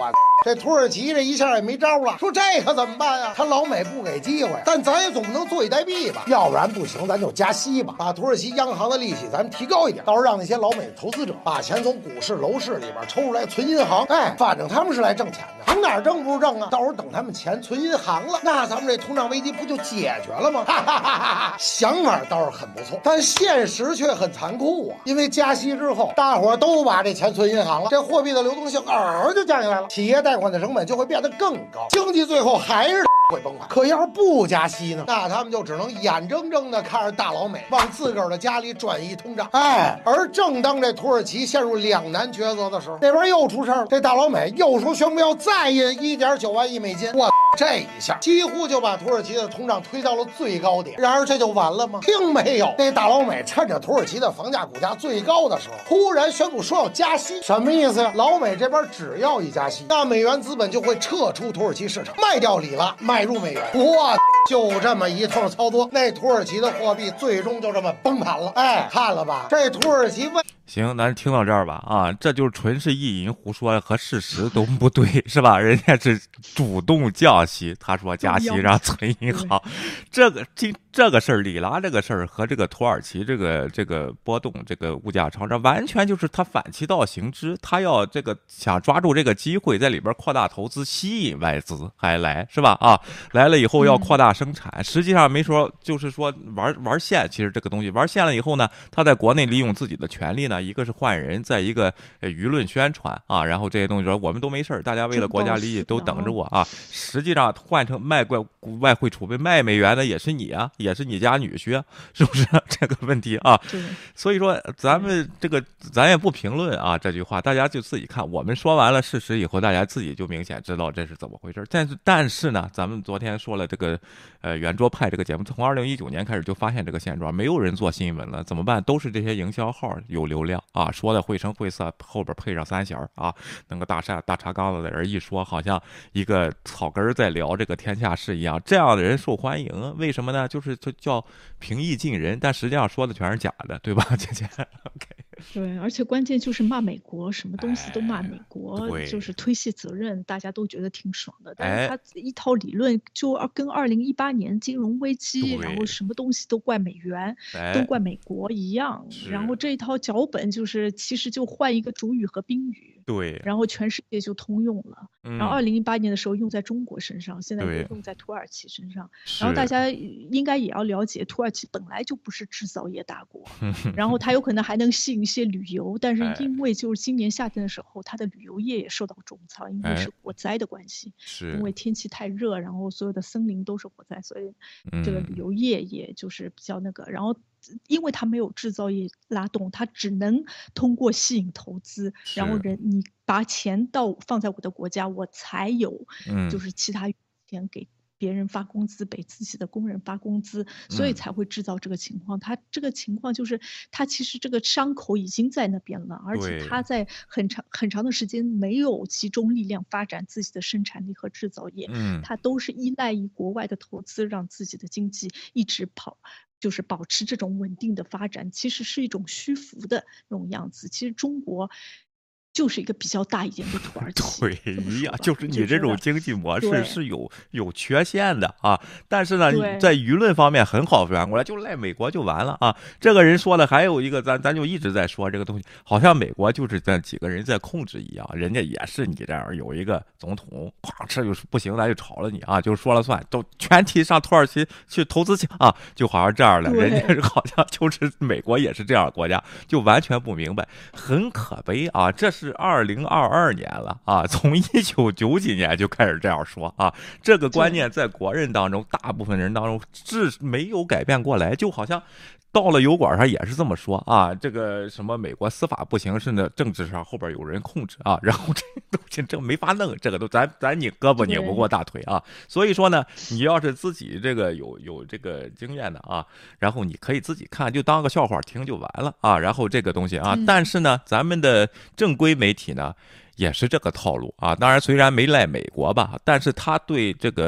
这土耳其这一下也没招了，说这可怎么办呀？他老美不给机会，但咱也总不能坐以待毙吧？要不然不行，咱就加息吧，把土耳其央行的利息咱们提高一点，到时候让那些老美投资者把钱从股市、楼市里边抽出来存银行。哎，反正他们是来挣钱的，从哪儿挣不是挣啊？到时候等他们钱存银行了，那咱们这通胀危机不就解决了吗？哈哈哈哈哈！想法倒是很不错，但现实却很残酷啊！因为加息之后，大伙儿都把这钱存银行了，这货币的流动性嗷就降下来了，企业贷款的成本就会变得更高，经济最后还是会崩盘。可要是不加息呢，那他们就只能眼睁睁的看着大老美往自个儿的家里转移通胀。哎，而正当这土耳其陷入两难抉择的时候，那边又出事儿，这大老美又说宣布要再印一点九万亿美金。我这一下几乎就把土耳其的通胀推到了最高点。然而这就完了吗？并没有，那大老美趁着土耳其的房价股价最高的时候，突然宣布说要加息。什么意思呀？老美这边只要一加息，那美元资本就会撤出土耳其市场，卖掉里拉，买入美元。哇，就这么一通操作，那土耳其的货币最终就这么崩盘了。哎，看了吧，这土耳其为行，咱听到这儿吧，啊，这就纯是意淫胡说，和事实都不对，是吧？人家是主动降息，他说加息让存银行，这个这这个事儿，里拉这个事儿和这个土耳其这个这个波动，这个物价上涨，完全就是他反其道行之，他要这个想抓住这个机会，在里边扩大投资，吸引外资还来，是吧？啊，来了以后要扩大生产，嗯、实际上没说就是说玩玩线，其实这个东西玩线了以后呢，他在国内利用自己的权利呢。一个是换人，再一个呃舆论宣传啊，然后这些东西说我们都没事，大家为了国家利益都等着我啊。实际上换成卖外外汇储备卖美元的也是你啊，也是你家女婿，是不是这个问题啊？所以说咱们这个咱也不评论啊这句话，大家就自己看。我们说完了事实以后，大家自己就明显知道这是怎么回事。但是但是呢，咱们昨天说了这个呃圆桌派这个节目，从二零一九年开始就发现这个现状，没有人做新闻了，怎么办？都是这些营销号有流量啊，说的绘声绘色，后边配上三弦啊，那个大茶大茶缸子的人一说，好像一个草根在聊这个天下事一样，这样的人受欢迎，为什么呢？就是就叫平易近人，但实际上说的全是假的，对吧，姐姐 ？OK。 对，而且关键就是骂美国，什么东西都骂美国，哎、就是推卸责任，大家都觉得挺爽的。但是他一套理论就跟二零一八年金融危机，然后什么东西都怪美元，都怪美国一样。然后这一套脚本就是其实就换一个主语和宾语， 对， 然后全世界就通用了。 嗯、 然后二零一八年的时候用在中国身上，现在又用在土耳其身上。然后大家应该也要了解，土耳其本来就不是制造业大国，然后它有可能还能吸引一些旅游，但是因为就是今年夏天的时候，它的旅游业也受到重创，因为是火灾的关系，因为天气太热，然后所有的森林都是火灾，所以这个旅游业也就是比较那个。然后因为它没有制造业拉动，它只能通过吸引投资，然后人你把钱到放在我的国家，我才有就是其他钱给别人发工资，给自己的工人发工资，所以才会制造这个情况。他这个情况就是，他其实这个伤口已经在那边了，而且他在很长很长的时间没有集中力量发展自己的生产力和制造业， 嗯， 他都是依赖于国外的投资，让自己的经济一直跑。就是保持这种稳定的发展，其实是一种虚浮的那种样子。其实中国就是一个比较大一点的土耳其， 对呀，就是你这种经济模式是有有缺陷的啊。但是呢，在舆论方面很好转过来，就赖美国就完了啊。这个人说的还有一个，咱咱就一直在说这个东西，好像美国就是这几个人在控制一样，人家也是你这样有一个总统，哐这就是不行，咱就炒了你啊，就说了算，都全体上土耳其去投资去啊，就好像这样了。人家好像就是美国也是这样的国家，就完全不明白，很可悲啊。这是。是二零二二年了啊，从一九九几年就开始这样说啊，这个观念在国人当中，大部分人当中是没有改变过来，就好像到了油管上也是这么说啊，这个什么美国司法不行，甚至政治上后边有人控制啊，然后这东西这没法弄，这个都咱咱你胳膊拧不过大腿啊，所以说呢，你要是自己这个有有这个经验的啊，然后你可以自己看，就当个笑话听就完了啊，然后这个东西啊，但是呢，咱们的正规媒体呢也是这个套路啊，当然虽然没赖美国吧，但是他对这个土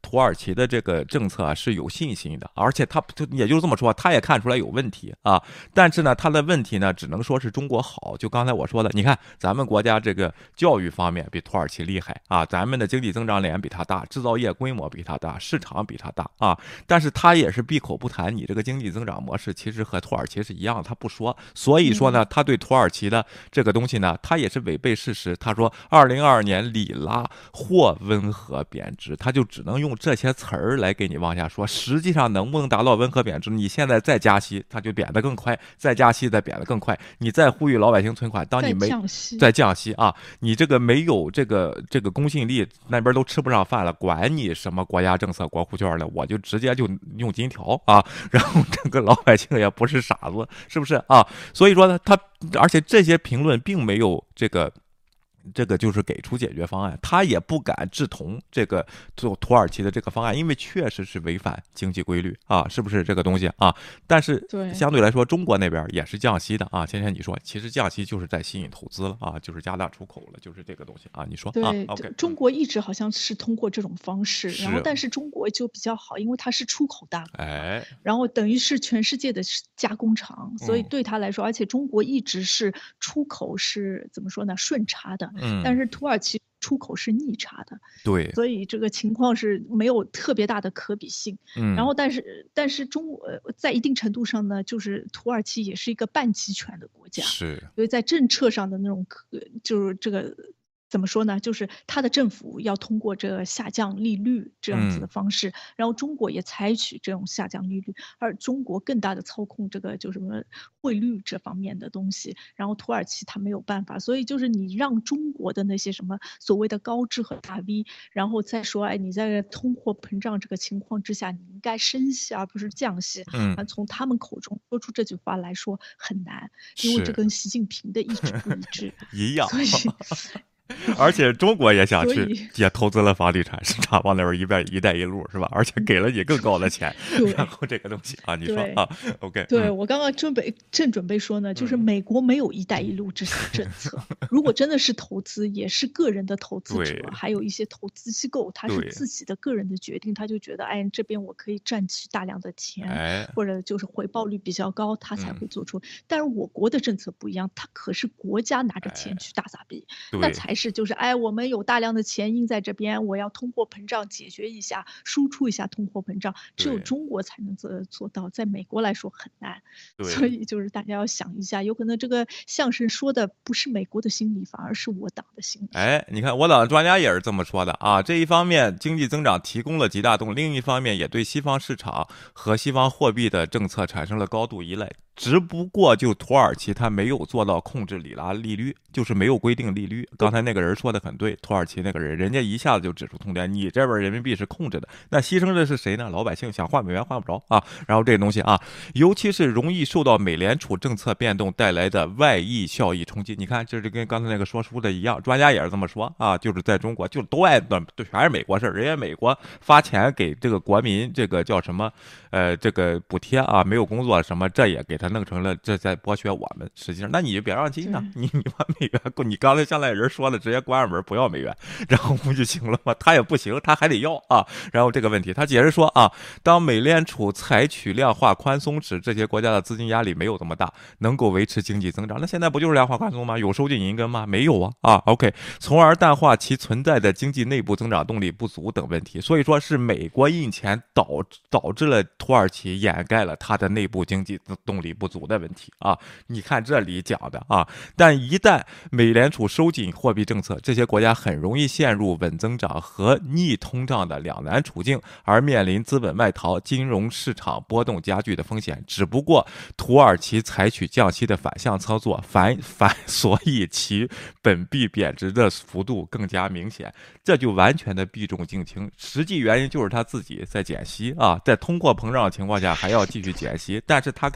土耳其的这个政策啊是有信心的，而且他也就是这么说，他也看出来有问题啊。但是呢，他的问题呢，只能说是中国好。就刚才我说的，你看咱们国家这个教育方面比土耳其厉害啊，咱们的经济增长点比他大，制造业规模比他大，市场比他大啊。但是他也是闭口不谈你这个经济增长模式其实和土耳其是一样的，他不说。所以说呢，他对土耳其的这个东西呢，他也是违背事实。他说二零二二年里拉或温和贬值，他就只能用这些词儿来给你往下说。实际上能不能达到温和贬值，你现在再加息它就贬得更快，再加息再贬得更快。你再呼吁老百姓存款，当你没再降息啊，你这个没有这个这个公信力，那边都吃不上饭了，管你什么国家政策国库券的，我就直接就用金条啊，然后这个老百姓也不是傻子，是不是啊？所以说呢，他而且这些评论并没有这个。这个就是给出解决方案，他也不敢志同这个土土耳其的这个方案，因为确实是违反经济规律啊，是不是这个东西啊？但是相对来说，中国那边也是降息的啊。芊芊你说，其实降息就是在吸引投资了啊，就是加大出口了，就是这个东西啊。你说对啊 ，OK， 中国一直好像是通过这种方式，然后但是中国就比较好，因为它是出口大国，哎，然后等于是全世界的加工厂，所以对他来说，嗯、而且中国一直是出口是怎么说呢，顺差的。嗯，但是土耳其出口是逆差的， 对， 所以这个情况是没有特别大的可比性。嗯，然后但是但是中国在一定程度上呢，就是土耳其也是一个半集权的国家， 是， 所以在政策上的那种就是这个。怎么说呢？就是他的政府要通过这个下降利率这样子的方式，嗯、然后中国也采取这种下降利率，而中国更大的操控这个就什么汇率这方面的东西，然后土耳其他没有办法，所以就是你让中国的那些什么所谓的高知和大 V， 然后再说，哎，你在通货膨胀这个情况之下，你应该升息而不是降息，嗯，从他们口中说出这句话来说很难，因为这跟习近平的意志不一致， 一样， 所以。 而且中国也想去，也投资了房地产市场，往那边一带一带一路是吧？而且给了你更高的钱，然后这个东西啊，你说啊 ，OK？ 对、嗯、我刚刚准备正准备说呢，就是美国没有一带一路这些政策，嗯、如果真的是投资，也是个人的投资者，还有一些投资机构，他是自己的个人的决定，他就觉得哎，这边我可以赚取大量的钱，哎、或者就是回报率比较高，他才会做出。嗯、但是我国的政策不一样，他可是国家拿着钱去大撒币，哎、那才是。是就是哎，我们有大量的钱印在这边，我要通货膨胀解决一下，输出一下通货膨胀，只有中国才能做做到，在美国来说很难。所以就是大家要想一下，有可能这个相声说的不是美国的心理，反而是我党的心理。 哎，你看我党的专家也是这么说的啊。这一方面经济增长提供了极大动力，另一方面也对西方市场和西方货币的政策产生了高度依赖。只不过就土耳其他没有做到控制里拉利率，就是没有规定利率。刚才那个人说的很对，土耳其那个人，人家一下子就指出痛点，你这边人民币是控制的，那牺牲的是谁呢？老百姓想换美元换不着啊。然后这东西啊，尤其是容易受到美联储政策变动带来的外溢效益冲击。你看，这是跟刚才那个说书的一样，专家也是这么说啊，就是在中国就都爱都全是美国事儿，人家美国发钱给这个国民，这个叫什么呃这个补贴啊，没有工作什么，这也给他弄成了这在剥削我们。实际上，那你就别让进呢，你你把美元，你刚才像那人说的，直接关上门不要美元，然后不就行了吗？他也不行，他还得要啊。然后这个问题，他解释说啊，当美联储采取量化宽松时，这些国家的资金压力没有这么大，能够维持经济增长。那现在不就是量化宽松吗？有收紧银根吗？没有啊啊 ，OK， 从而淡化其存在的经济内部增长动力不足等问题。所以说是美国印钱导导致了土耳其掩盖了它的内部经济动力不足的问题啊。你看这里讲的啊，但一旦美联储收紧货币政策，这些国家很容易陷入稳增长和逆通胀的两难处境，而面临资本外逃、金融市场波动加剧的风险。只不过土耳其采取降息的反向操作，反反所以其本币贬值的幅度更加明显，这就完全的避重就轻。实际原因就是他自己在减息啊，在通货膨胀的情况下还要继续减息，但是他说理由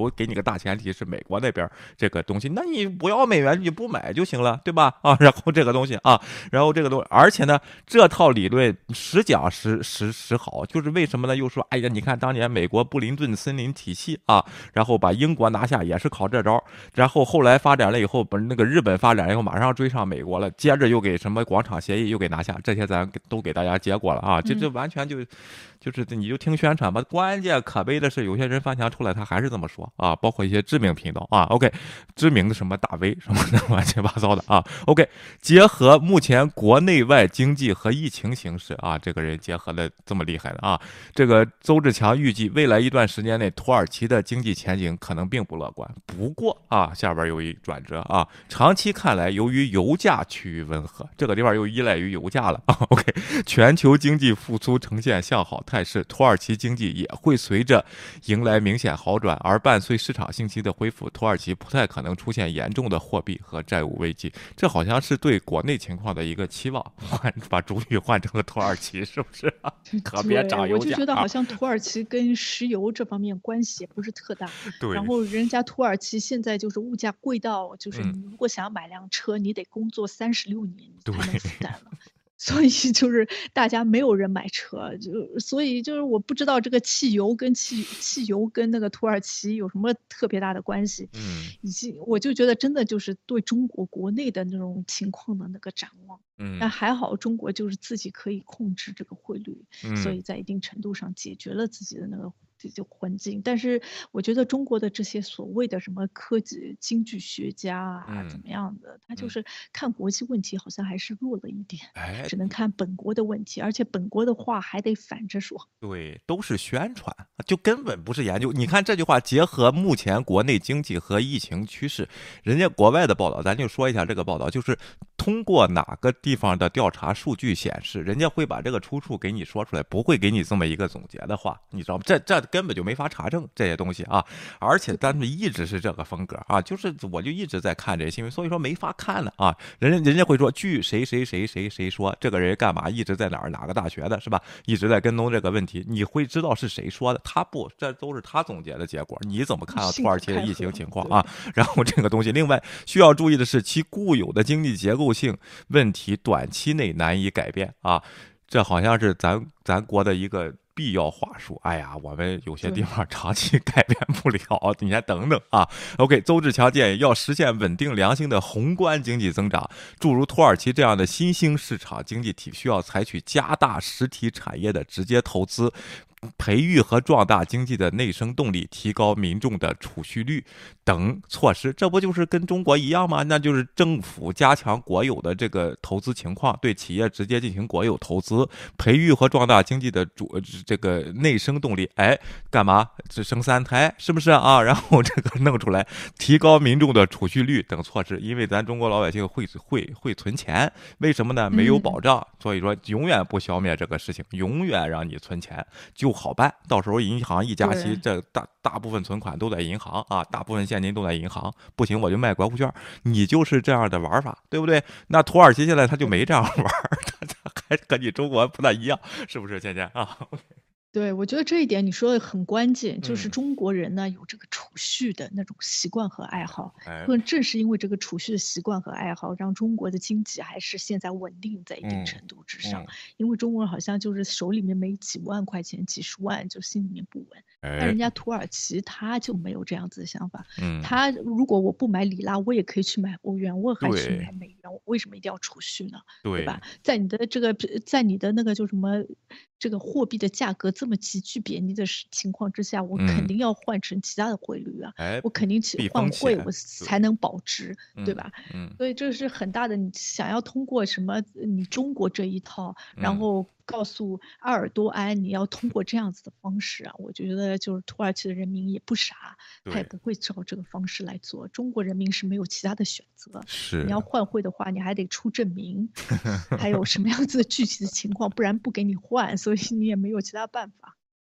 由给你个大前提是美国那边这个东西，那你不要美元你不买就行了，对吧？啊，然后这个东西啊，然后这个东西，而且呢，这套理论时讲时时时好，就是为什么呢？又说，哎呀，你看当年美国布林顿森林体系啊，然后把英国拿下也是靠这招，然后后来发展了以后，不是那个日本发展了以后马上追上美国了，接着又给什么广场协议又给拿下，这些咱都给大家结果了啊，这这完全就就是你就听宣传吧。关键可悲的是，有些人翻墙出来他还是这么说啊，包括一些知名频道啊 ，OK， 知名的什么大 V 什么的乱七八糟的啊 ，OK， 结合目前国内外经济和疫情形势啊，这个人结合的这么厉害的啊，这个邹志强预计未来一段时间内土耳其的经济前景可能并不乐观。不过啊，下边有一转折啊，长期看来，由于油价趋于温和，这个地方又依赖于油价了啊。OK， 全球经济复苏呈现向好态势，土耳其经济也会随着迎来明显好转，而伴随市场信息的恢复，土耳其不太可能出现严重的货币和债务危机。这好像是对国内情况的一个期望，换把主语换成了土耳其，是不是啊？可别涨油价。 我就觉得好像土耳其跟石油这方面关系也不是特大。 对。 然后人家土耳其现在就是物价贵到，就是你如果想要买辆车，嗯、你得工作三十六年你才能负担了。所以就是大家没有人买车，就所以就是我不知道这个汽油跟汽汽油跟那个土耳其有什么特别大的关系。 嗯， 以及我就觉得真的就是对中国国内的那种情况的那个展望。 嗯， 但还好中国就是自己可以控制这个汇率， 嗯、 所以在一定程度上解决了自己的那个就环境。但是我觉得中国的这些所谓的什么科技经济学家啊、嗯、怎么样的，他就是看国际问题好像还是弱了一点， 哎， 只能看本国的问题，而且本国的话还得反着说。 对，都是宣传，就根本不是研究。你看这句话结合目前国内经济和疫情趋势，人家国外的报道，咱就说一下这个报道，就是通过哪个地方的调查数据显示，人家会把这个出处给你说出来，不会给你这么一个总结的话，你知道吗？这这根本就没法查证这些东西啊！而且咱们一直是这个风格啊，就是我就一直在看这些新闻，所以说没法看呢啊！人家人家会说，据谁谁谁谁谁说，这个人干嘛，一直在哪儿哪个大学的是吧？一直在跟踪这个问题，你会知道是谁说的？他不，这都是他总结的结果。你怎么看到土耳其的疫情情况啊？然后这个东西，另外需要注意的是，其固有的经济结构性问题短期内难以改变啊！这好像是咱咱国的一个必要话术。哎呀，我们有些地方长期改变不了，你先等等啊。OK， 邹志强建议要实现稳定良性的宏观经济增长，诸如土耳其这样的新兴市场经济体需要采取加大实体产业的直接投资，培育和壮大经济的内生动力，提高民众的储蓄率等措施。这不就是跟中国一样吗？那就是政府加强国有的这个投资情况，对企业直接进行国有投资，培育和壮大经济的主这个内生动力。哎，干嘛？只生三胎是不是啊？然后这个弄出来，提高民众的储蓄率等措施。因为咱中国老百姓会会会存钱，为什么呢？没有保障，所以说永远不消灭这个事情，永远让你存钱就好办。到时候银行一加息，这大大部分存款都在银行啊，大部分现金都在银行，不行我就卖国库券，你就是这样的玩法，对不对？那土耳其现在他就没这样玩，他还跟你中国不太一样，是不是倩倩啊？ 对，我觉得这一点你说的很关键，就是中国人呢、嗯、有这个储蓄的那种习惯和爱好， 哎、 正是因为这个储蓄的习惯和爱好，让中国的经济还是现在稳定在一定程度之上。嗯嗯、因为中国人好像就是手里面没几万块钱、几十万，就心里面不稳。 哎、 但人家土耳其他就没有这样子的想法， 嗯、 他如果我不买里拉，我也可以去买欧元，我还去买美元，我为什么一定要储蓄呢？ 对, 对吧？在你的这个，在你的那个就什么这个货币的价格这么急剧贬低的情况之下，我肯定要换成其他的汇率啊， 嗯、 我肯定去换汇，我才能保值，对, 对吧？ 嗯， 所以这是很大的，你想要通过什么你中国这一套，然后告诉埃尔多安你要通过这样子的方式啊，我觉得就是土耳其的人民也不傻，他也不会照这个方式来做。中国人民是没有其他的选择， 是你要换汇的话，你还得出证明，还有什么样子的具体的情况，不然不给你换，所以你也没有其他办法。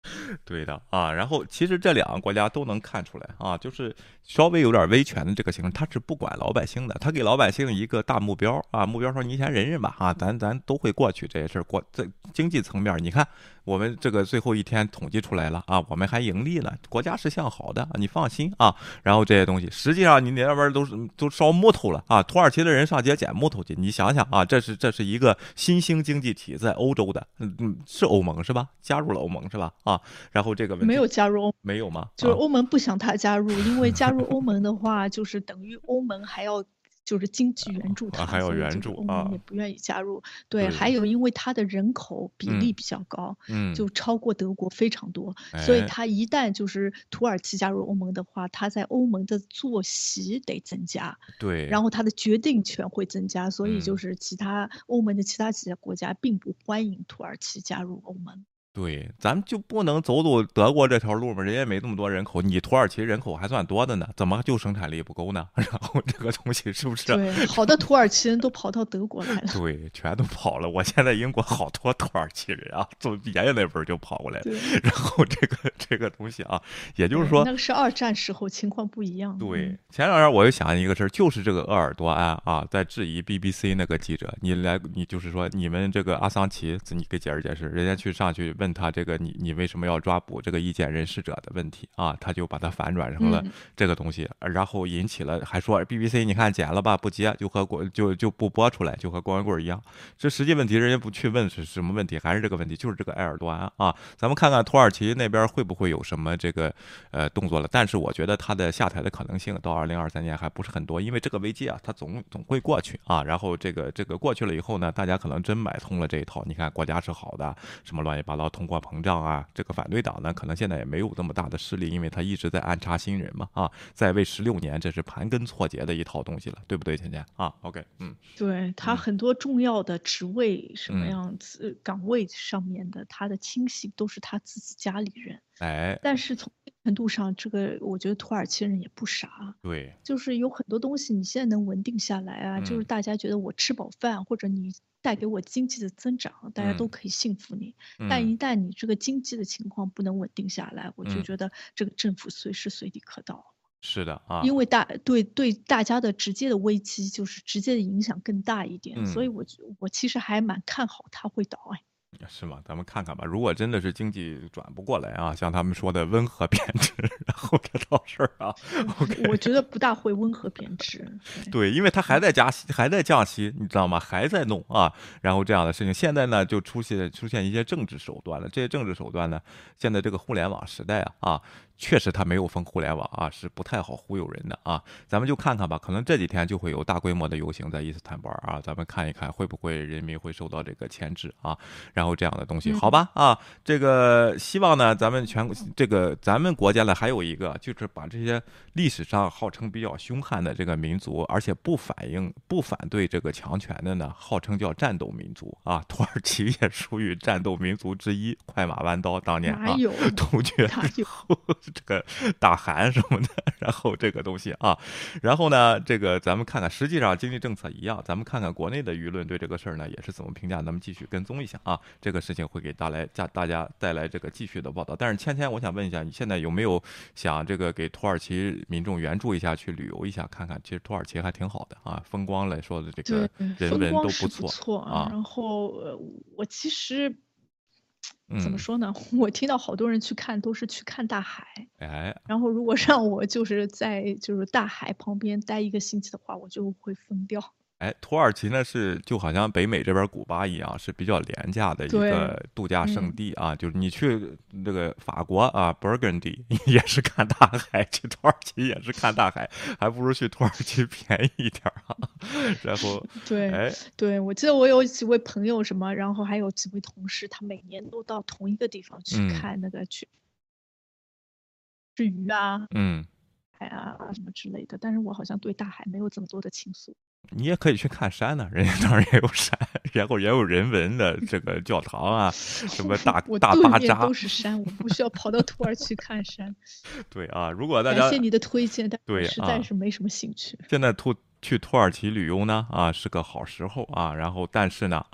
对的啊，然后其实这两个国家都能看出来啊，就是稍微有点威权的这个形式，他是不管老百姓的，他给老百姓一个大目标啊，目标说你先忍忍吧啊，咱咱都会过去这些事儿。国在经济层面，你看我们这个最后一天统计出来了啊，我们还盈利了，国家是向好的，你放心啊。然后这些东西，实际上你那边都是都烧木头了啊，土耳其的人上街捡木头去，你想想啊，这是这是一个新兴经济体，在欧洲的，嗯嗯，是欧盟是吧？加入了欧盟是吧？啊。然后这个问题没有加入欧， 没有吗？ 就是啊欧盟不想他加入，因为加入欧盟的话，就是等于欧盟还要就是经济援助他， 啊还要所以援助就是欧盟啊也不愿意加入。对， 对还有因为它的人口比嗯例比较高， 嗯， 就超过德国非常多，所以哎， 它一旦就是土耳其加入欧盟的话，它在欧盟的坐席得增加， 对， 然后它的决定权会增加，所以就嗯。 是其他欧盟的其他几个国家并不欢迎土耳其加入欧盟。 对，咱们就不能走走德国这条路吗？人家没那么多人口，你土耳其人口还算多的呢，怎么就生产力不够呢？然后这个东西是不是？ 对，好的土耳其人都跑到德国来了。 对，全都跑了。我现在英国好多土耳其人啊，从爷爷那辈儿就跑过来了。 对， 然后这个这个东西啊，也就是对说， 那个是二战时候情况不一样。 对， 嗯前两天我又想一个事儿，就是这个鄂尔多安啊，在质疑 B B C 那个记者，你来，你就是说你们这个阿桑奇，你给解释解释，人家去上去问他这个你你为什么要抓捕这个意见人士者的问题啊，他就把它反转成了嗯这个东西，然后引起了还说 B B C 你看剪了吧，不接，就和国就就不播出来，就和光棍一样。这实际问题人家不去问是什么问题，还是这个问题，就是这个埃尔多安啊。咱们看看土耳其那边会不会有什么这个呃动作了，但是我觉得他的下台的可能性到二零二三年还不是很多，因为这个危机啊，它总总会过去啊。然后这个这个过去了以后呢，大家可能真买通了这一套。你看国家是好的，什么乱七八糟通货膨胀啊，这个反对党呢，可能现在也没有那么大的势力，因为他一直在安插新人嘛啊，在位十六年，这是盘根错节的一套东西了，对不对，芊芊啊 ？OK， 嗯， 对他很多重要的职位什么嗯样子、岗位上面的，他的亲信都是他自己家里人。 哎， 但是从一定程度上，这个我觉得土耳其人也不傻， 对， 就是有很多东西你现在能稳定下来啊，就是嗯大家觉得我吃饱饭，或者你带给我经济的增长，大家都嗯可以信服你。但嗯一旦你这个经济的情况不能稳定下来，我就嗯， 觉得这个政府随时随地可倒。 是的啊， 因为大对对大家的直接的危机就是直接的影响更大一点，所以嗯。 我觉我其实还蛮看好它会倒哎。 是吗？咱们看看吧。如果真的是经济转不过来啊，像他们说的温和贬值，然后这套事儿啊，OK， 我觉得不大会温和贬值。对， 对，因为它还在加息，还在降息，你知道吗？还在弄啊，然后这样的事情，现在呢就出现出现一些政治手段了。这些政治手段呢，现在这个互联网时代啊啊，确实它没有封互联网啊，是不太好忽悠人的啊。咱们就看看吧，可能这几天就会有大规模的游行在伊斯坦布尔啊，咱们看一看会不会人民会受到这个牵制啊。然后这样的东西，好吧啊，这个希望呢，咱们全这个咱们国家呢还有一个，就是把这些历史上号称比较凶悍的这个民族，而且不反应不反对这个强权的呢，号称叫战斗民族啊。土耳其也属于战斗民族之一，快马弯刀当年啊， 哪有突厥哪有这个大汗什么的，然后这个东西啊，然后呢，这个咱们看看，实际上经济政策一样，咱们看看国内的舆论对这个事儿呢也是怎么评价，咱们继续跟踪一下啊。这个事情会给带来家大家带来这个继续的报道。但是芊芊，我想问一下，你现在有没有想这个给土耳其民众援助一下，去旅游一下，看看？其实土耳其还挺好的啊，风光来说的这个对人文都风光是错错啊。 然后呃我其实怎么嗯， 说呢？我听到好多人去看都是去看大海， 哎， 然后如果让我就是在就是大海旁边待一个星期的话，我就会疯掉。 哎，土耳其呢是就好像北美这边古巴一样，是比较廉价的一对个度假胜嗯地啊。就是你去这个法国啊，Burgundy 也是看大海，去土耳其也是看大海，还不如去土耳其便宜一点儿啊。然后， 对哎， 对，我记得我有几位朋友什么，然后还有几位同事，他每年都到同一个地方去嗯看那个去吃鱼啊、 嗯， 海啊什么之类的。但是我好像对大海没有这么多的情愫。 你也可以去看山呢，人家那儿也有山，然后也有人文的这个教堂啊，什么大我大对面巴扎都，是山，我不需要跑到土耳其看山。 对啊。如果大家感谢你的推荐，但我对实啊在是没什么兴趣。 现在土去土耳其旅游呢，啊，是个好时候啊。然后，但是呢，啊，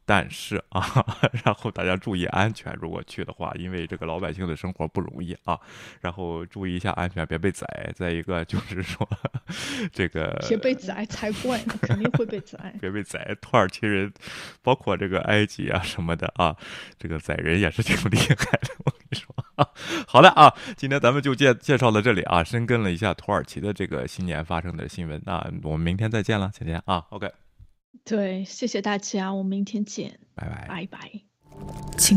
但是啊，然后大家注意安全，如果去的话，因为这个老百姓的生活不容易啊，然后注意一下安全，别被宰。再一个就是说，这个别被宰才怪呢，肯定会被宰。 别被宰，土耳其人，包括这个埃及啊什么的啊，这个宰人也是挺厉害的，我跟你说。好的啊，今天咱们就介介绍到这里啊，深耕了一下土耳其的这个新年发生的新闻啊，我们明天再见了，芊芊啊 ，OK。 对，谢谢大家，我们明天见， 拜拜。 拜拜。 请